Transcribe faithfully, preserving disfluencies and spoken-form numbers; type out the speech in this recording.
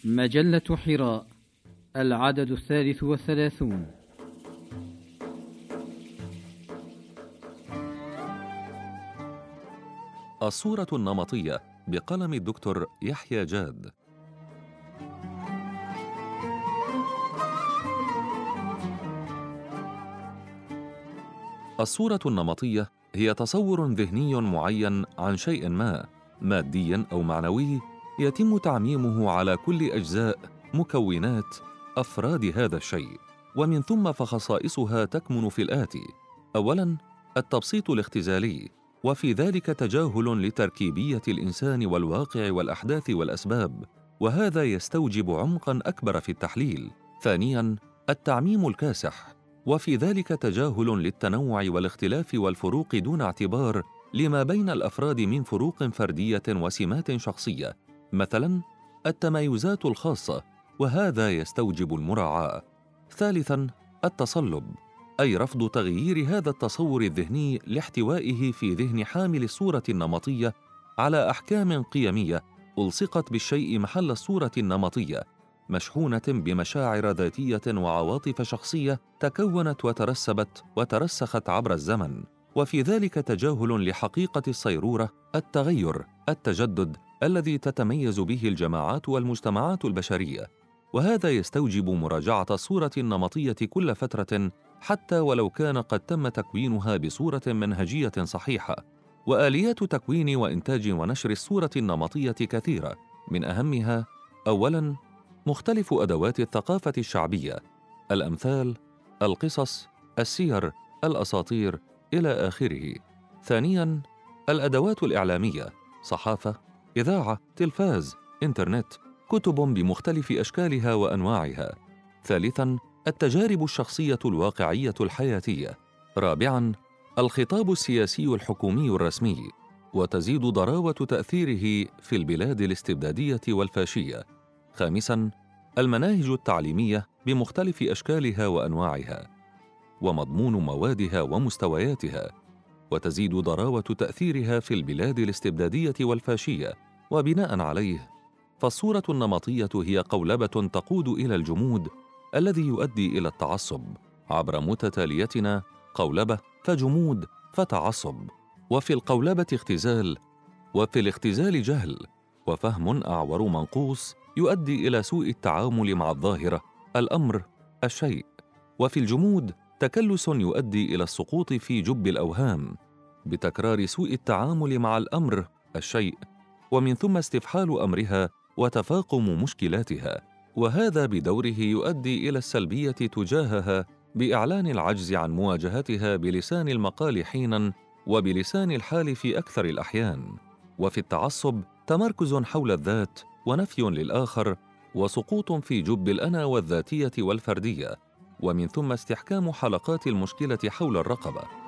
مجلة حراء، العدد الثالث والثلاثون. الصورة النمطية بقلم الدكتور يحيى جاد. الصورة النمطية هي تصور ذهني معين عن شيء ما مادي أو معنوي يتم تعميمه على كل أجزاء مكونات أفراد هذا الشيء، ومن ثم فخصائصها تكمن في الآتي: أولاً، التبسيط الاختزالي، وفي ذلك تجاهل لتركيبية الإنسان والواقع والأحداث والأسباب، وهذا يستوجب عمقاً أكبر في التحليل. ثانياً، التعميم الكاسح، وفي ذلك تجاهل للتنوع والاختلاف والفروق دون اعتبار لما بين الأفراد من فروق فردية وسمات شخصية، مثلاً التمايزات الخاصة، وهذا يستوجب المراعاة. ثالثاً، التصلب، أي رفض تغيير هذا التصور الذهني لاحتوائه في ذهن حامل الصورة النمطية على أحكام قيمية ألصقت بالشيء محل الصورة النمطية، مشحونة بمشاعر ذاتية وعواطف شخصية تكونت وترسبت وترسخت عبر الزمن، وفي ذلك تجاهل لحقيقة الصيرورة، التغير، التجدد الذي تتميز به الجماعات والمجتمعات البشرية، وهذا يستوجب مراجعة الصورة النمطية كل فترة حتى ولو كان قد تم تكوينها بصورة منهجية صحيحة. وآليات تكوين وإنتاج ونشر الصورة النمطية كثيرة، من أهمها: أولاً، مختلف أدوات الثقافة الشعبية، الأمثال، القصص، السير، الأساطير، إلى آخره. ثانياً، الأدوات الإعلامية، صحافة، إذاعة، تلفاز، إنترنت، كتب بمختلف أشكالها وأنواعها. ثالثاً، التجارب الشخصية الواقعية الحياتية. رابعاً، الخطاب السياسي الحكومي الرسمي، وتزيد ضراوة تأثيره في البلاد الاستبدادية والفاشية. خامساً، المناهج التعليمية بمختلف أشكالها وأنواعها، ومضمون موادها ومستوياتها، وتزيد ضراوة تأثيرها في البلاد الاستبدادية والفاشية. وبناء عليه، فالصورة النمطية هي قولبة تقود إلى الجمود الذي يؤدي إلى التعصب، عبر متتاليتنا: قولبة فجمود فتعصب، وفي القولبة اختزال، وفي الاختزال جهل، وفهم أعور منقوص يؤدي إلى سوء التعامل مع الظاهرة، الأمر، الشيء، وفي الجمود تكلس يؤدي إلى السقوط في جب الأوهام بتكرار سوء التعامل مع الأمر، الشيء، ومن ثم استفحال أمرها وتفاقم مشكلاتها، وهذا بدوره يؤدي إلى السلبية تجاهها بإعلان العجز عن مواجهتها بلسان المقال حيناً وبلسان الحال في أكثر الأحيان. وفي التعصب تمركز حول الذات ونفي للآخر وسقوط في جب الأنا والذاتية والفردية، ومن ثم استحكام حلقات المشكلة حول الرقبة.